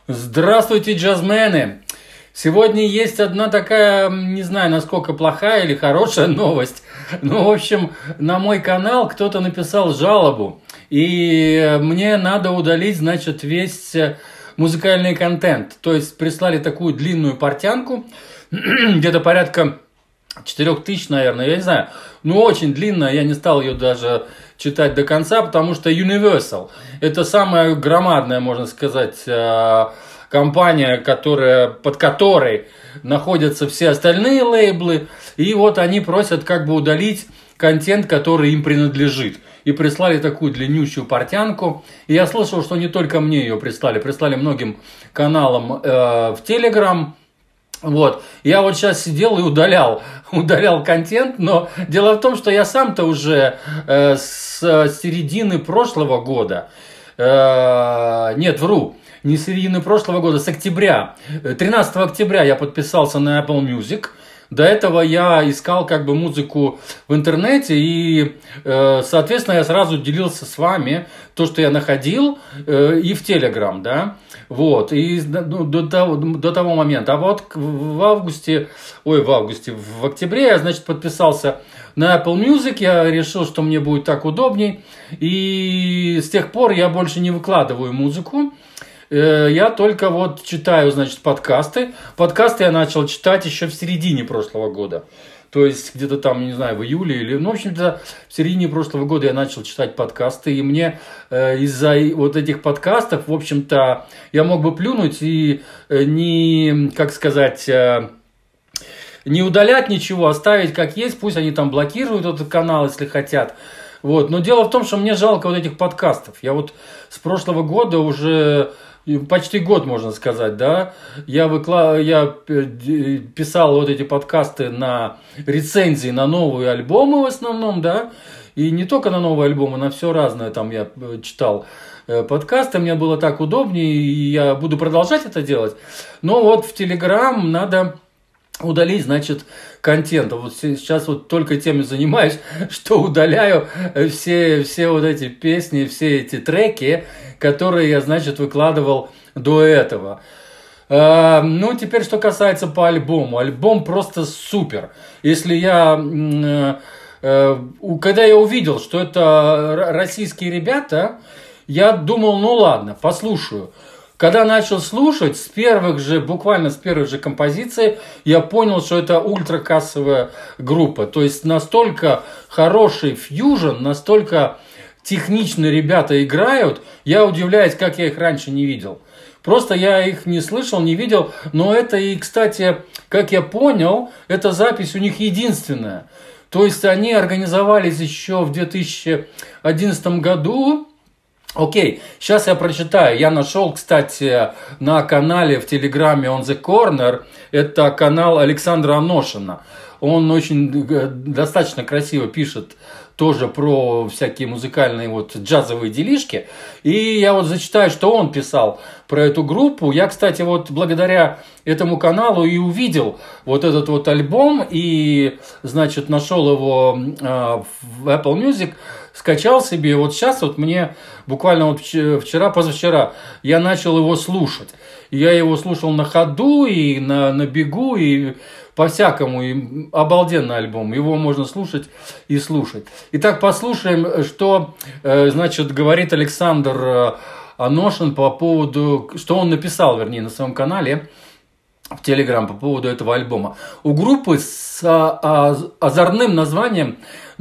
Здравствуйте, джазмены! Сегодня есть одна такая, не знаю, насколько плохая или хорошая новость. В общем, на мой канал кто-то написал жалобу. И мне надо удалить, значит, весь музыкальный контент. То есть прислали такую длинную портянку, где-то порядка 4000, наверное, я не знаю. Очень длинная, я не стал ее даже читать до конца, потому что Universal – это самая громадная, можно сказать, компания, под которой находятся все остальные лейблы. И вот они просят как бы удалить контент, который им принадлежит. И прислали такую длиннющую портянку. И я слышал, что не только мне ее прислали многим каналам в Telegram. Вот. Я вот сейчас сидел и удалял контент, но дело в том, что я сам-то уже с середины прошлого года, не с середины прошлого года, с октября, 13 октября я подписался на Apple Music. До этого я искал как бы музыку в интернете и, соответственно, я сразу делился с вами то, что я находил, и в Telegram, да, вот, и до того момента. А вот в октябре я, значит, подписался на Apple Music, я решил, что мне будет так удобней, и с тех пор я больше не выкладываю музыку. Я только вот читаю, значит, подкасты. Подкасты я начал читать еще в середине прошлого года. То есть где-то там, не знаю, в июле или... в общем-то, в середине прошлого года я начал читать подкасты. И мне из-за вот этих подкастов, в общем-то, я мог бы плюнуть и не удалять ничего, оставить как есть. Пусть они там блокируют этот канал, если хотят. Вот. Но дело в том, что мне жалко вот этих подкастов. Я вот с прошлого года уже... почти год, можно сказать, да, я писал вот эти подкасты на рецензии на новые альбомы в основном, да, и не только на новые альбомы, на все разное там я читал подкасты, мне было так удобнее, и я буду продолжать это делать, но вот в Telegram надо удалить, значит, контент. Вот сейчас вот только тем и занимаюсь, что удаляю все вот эти песни, все эти треки, которые я, значит, выкладывал до этого. Теперь, что касается по альбому. Альбом просто супер. Когда я увидел, что это российские ребята, я думал, ладно, послушаю. Когда начал слушать, буквально с первых же композиций, я понял, что это ультракассовая группа. То есть настолько хороший фьюжн, настолько технично ребята играют, я удивляюсь, как я их раньше не видел. Просто я их не слышал, не видел, но это и, кстати, как я понял, эта запись у них единственная. То есть они организовались еще в 2011 году. Окей, сейчас я прочитаю. Я нашел, кстати, на канале в Телеграме On The Corner, это канал Александра Аношина. Он достаточно красиво пишет тоже про всякие музыкальные джазовые делишки. И я зачитаю, что он писал про эту группу. Я, кстати, благодаря этому каналу и увидел этот альбом. И, значит, нашел его в Apple Music, скачал себе. Сейчас мне буквально позавчера я начал его слушать. Я его слушал на ходу и на бегу, и по-всякому, и обалденный альбом. Его можно слушать и слушать. Итак, послушаем, что, значит, говорит Александр Аношин по поводу, что он написал, на своем канале в Telegram по поводу этого альбома. У группы с озорным названием,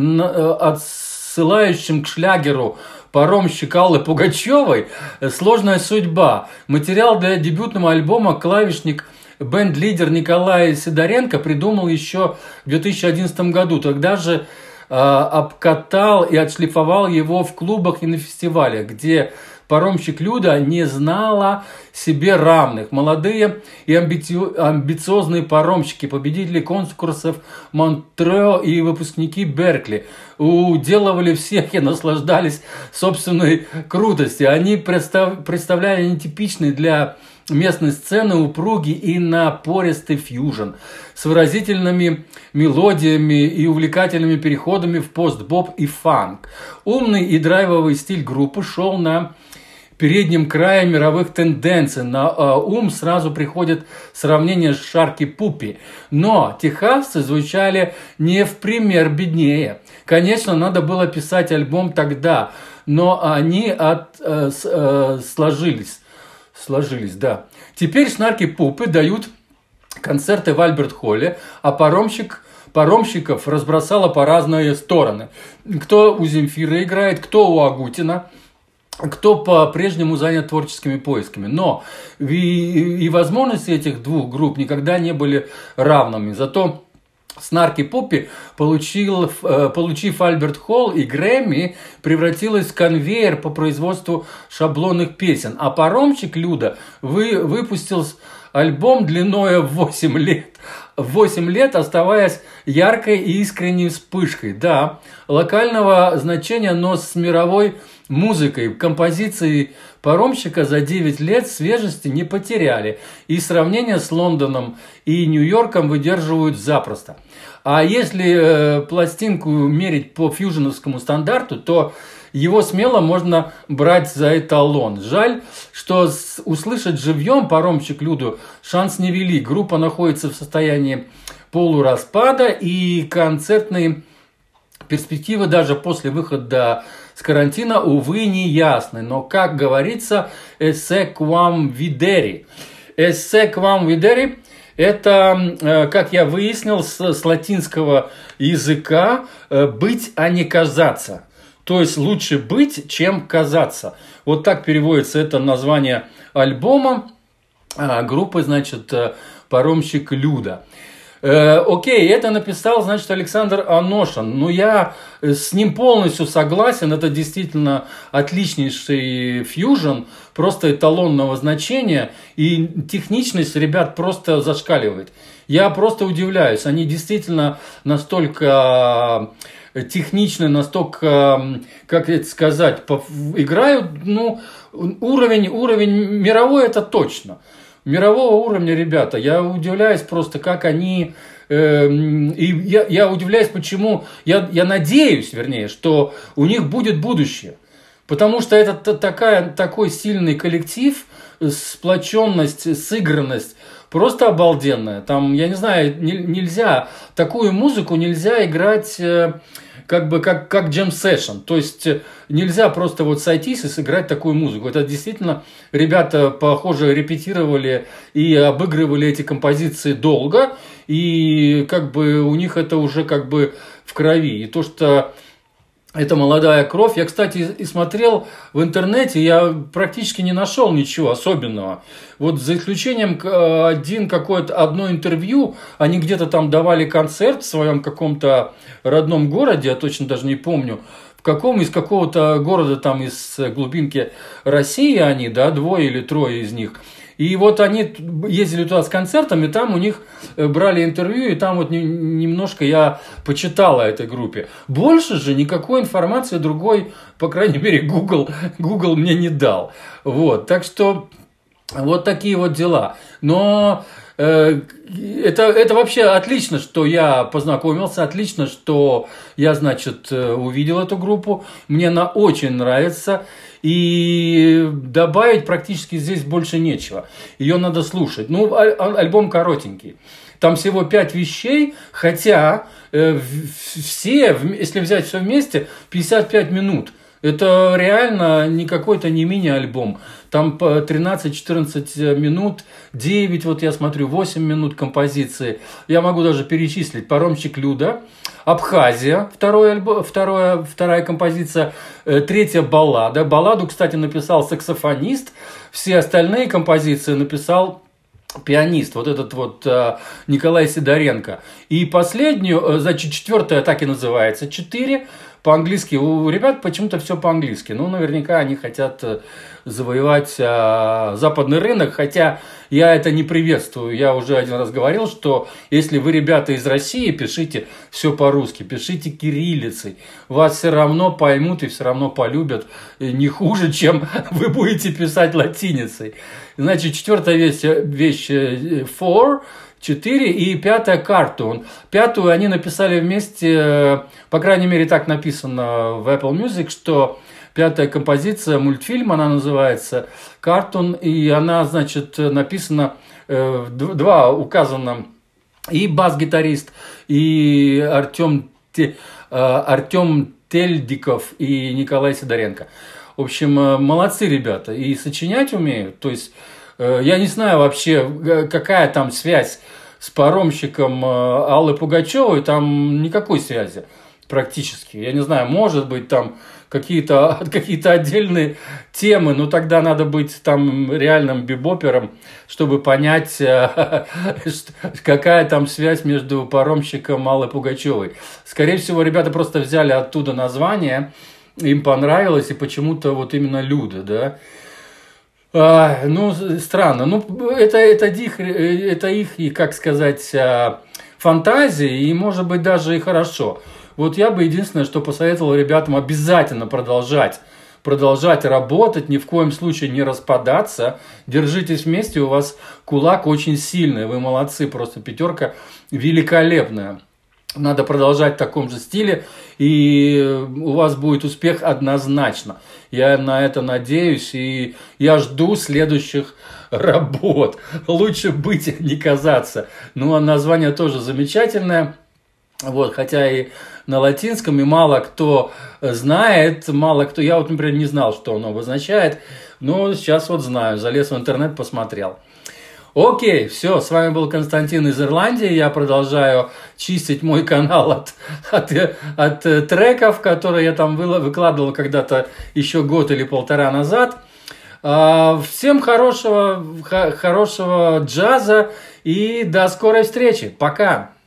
отсылающим к шлягеру паромщик Аллы Пугачевой, сложная судьба. Материал для дебютного альбома клавишник бенд-лидер Николай Сидоренко придумал еще в 2011 году. Тогда же обкатал и отшлифовал его в клубах и на фестивалях, где паромщик Люда не знала себе равных. Молодые и амбициозные паромщики, победители конкурсов Монтрео и выпускники Беркли уделывали всех и наслаждались собственной крутостью. Они представляли нетипичный для местной сцены упругий и напористый фьюжн с выразительными мелодиями и увлекательными переходами в пост-боп и фанк. Умный и драйвовый стиль группы шел на передним краем мировых тенденций. На ум сразу приходит сравнение с Шарки Пупи. Но техасцы звучали не в пример беднее. Конечно, надо было писать альбом тогда, но они сложились, да. Теперь Шнарки Пупы дают концерты в Альберт-Холле, а паромщиков разбросало по разные стороны. Кто у Земфира играет, кто у Агутина, кто по-прежнему занят творческими поисками. Но и возможности этих двух групп никогда не были равными. Зато Снарки Пупи, получив Альберт Холл и Грэмми, превратилась в конвейер по производству шаблонных песен. А паромщик Люда выпустил альбом длиной в 8 лет. 8 лет оставаясь яркой и искренней вспышкой. Да, локального значения, но с мировой музыкой. Композиции паромщика за 9 лет свежести не потеряли. И сравнение с Лондоном и Нью-Йорком выдерживают запросто. А если пластинку мерить по фьюженовскому стандарту, то его смело можно брать за эталон. Жаль, что услышать живьем паромщик Люду шанс невелик. Группа находится в состоянии полураспада, и концертные перспективы даже после выхода с карантина, увы, не ясны. Но, как говорится, «Esse quam videri». «Esse quam videri» – это, как я выяснил, с латинского языка «быть, а не казаться». То есть лучше быть, чем казаться. Вот так переводится это название альбома группы, значит, «Паромщик Люда». Окей, это написал, значит, Александр Аношин. Но я с ним полностью согласен. Это действительно отличнейший фьюжн, просто эталонного значения. И техничность ребят просто зашкаливает. Я просто удивляюсь. Они действительно настолько технично, настолько, как это сказать, играют, уровень мировой, это точно. Мирового уровня ребята. Я удивляюсь просто, как они... и я удивляюсь, почему... Я надеюсь, вернее, что у них будет будущее. Потому что это такой сильный коллектив, сплоченность, сыгранность, просто обалденная. Там, я не знаю, нельзя... Такую музыку нельзя играть... как джем-сешн. То есть нельзя просто вот сойтись и сыграть такую музыку. Это действительно ребята, похоже, репетировали и обыгрывали эти композиции долго. И как бы у них это уже как бы в крови. И то, что это молодая кровь. Я, кстати, и смотрел в интернете, я практически не нашел ничего особенного. Вот за исключением одно интервью, они где-то там давали концерт в своем каком-то родном городе, я точно даже не помню, из какого-то города там из глубинки России они, да, 2 или 3 из них. И вот они ездили туда с концертами, там у них брали интервью, и там вот немножко я почитал о этой группе. Больше же никакой информации другой, по крайней мере, Google мне не дал. Вот, так что вот такие вот дела. Но это вообще отлично, что я познакомился, отлично, что я, значит, увидел эту группу. Мне она очень нравится. И добавить практически здесь больше нечего. Ее надо слушать. Альбом коротенький. Там всего 5 вещей, хотя все, если взять все вместе, 55 минут. Это реально не какой-то не мини-альбом. Там по 13-14 минут, 9, вот я смотрю, 8 минут композиции. Я могу даже перечислить. «Паромщик Люда», «Абхазия», вторая композиция, 3 баллада. Балладу, кстати, написал саксофонист. Все остальные композиции написал пианист, вот этот вот Николай Сидоренко. И последнюю, значит, 4 так и называется, 4 по-английски. У ребят почему-то все по-английски. Наверняка они хотят завоевать западный рынок, хотя я это не приветствую. Я уже один раз говорил, что если вы, ребята из России, пишите все по-русски, пишите кириллицей. Вас все равно поймут и все равно полюбят не хуже, чем вы будете писать латиницей. Значит, 4 вещь 4 и 5 Cartoon. 5 они написали вместе, по крайней мере, так написано в Apple Music, что 5-я композиция, мультфильм, она называется «Картун», и она, значит, написана, два указано, и бас-гитарист, и Артем Тельдиков, и Николай Сидоренко. В общем, молодцы ребята, и сочинять умеют, то есть я не знаю вообще, какая там связь с паромщиком Аллы Пугачевой, там никакой связи практически. Я не знаю, может быть, там какие-то отдельные темы, но тогда надо быть там реальным бибопером, чтобы понять, какая там связь между паромщиком Аллы Пугачевой. Скорее всего, ребята просто взяли оттуда название, им понравилось, и почему-то вот именно Люда, да. Ну, странно. Ну, это их, и, как сказать, фантазии, и, может быть, даже и хорошо. Вот я бы единственное, что посоветовал ребятам обязательно продолжать работать, ни в коем случае не распадаться. Держитесь вместе, у вас кулак очень сильный, вы молодцы, просто 5 великолепная. Надо продолжать в таком же стиле, и у вас будет успех однозначно. Я на это надеюсь, и я жду следующих работ. Лучше быть, а не казаться. Ну, а название тоже замечательное. Вот, хотя и на латинском, и мало кто знает, я вот, например, не знал, что оно обозначает, но сейчас вот знаю, залез в интернет, посмотрел. Окей, все, с вами был Константин из Ирландии, я продолжаю чистить мой канал от треков, которые я там выкладывал когда-то еще год или полтора назад. Всем хорошего джаза и до скорой встречи, пока!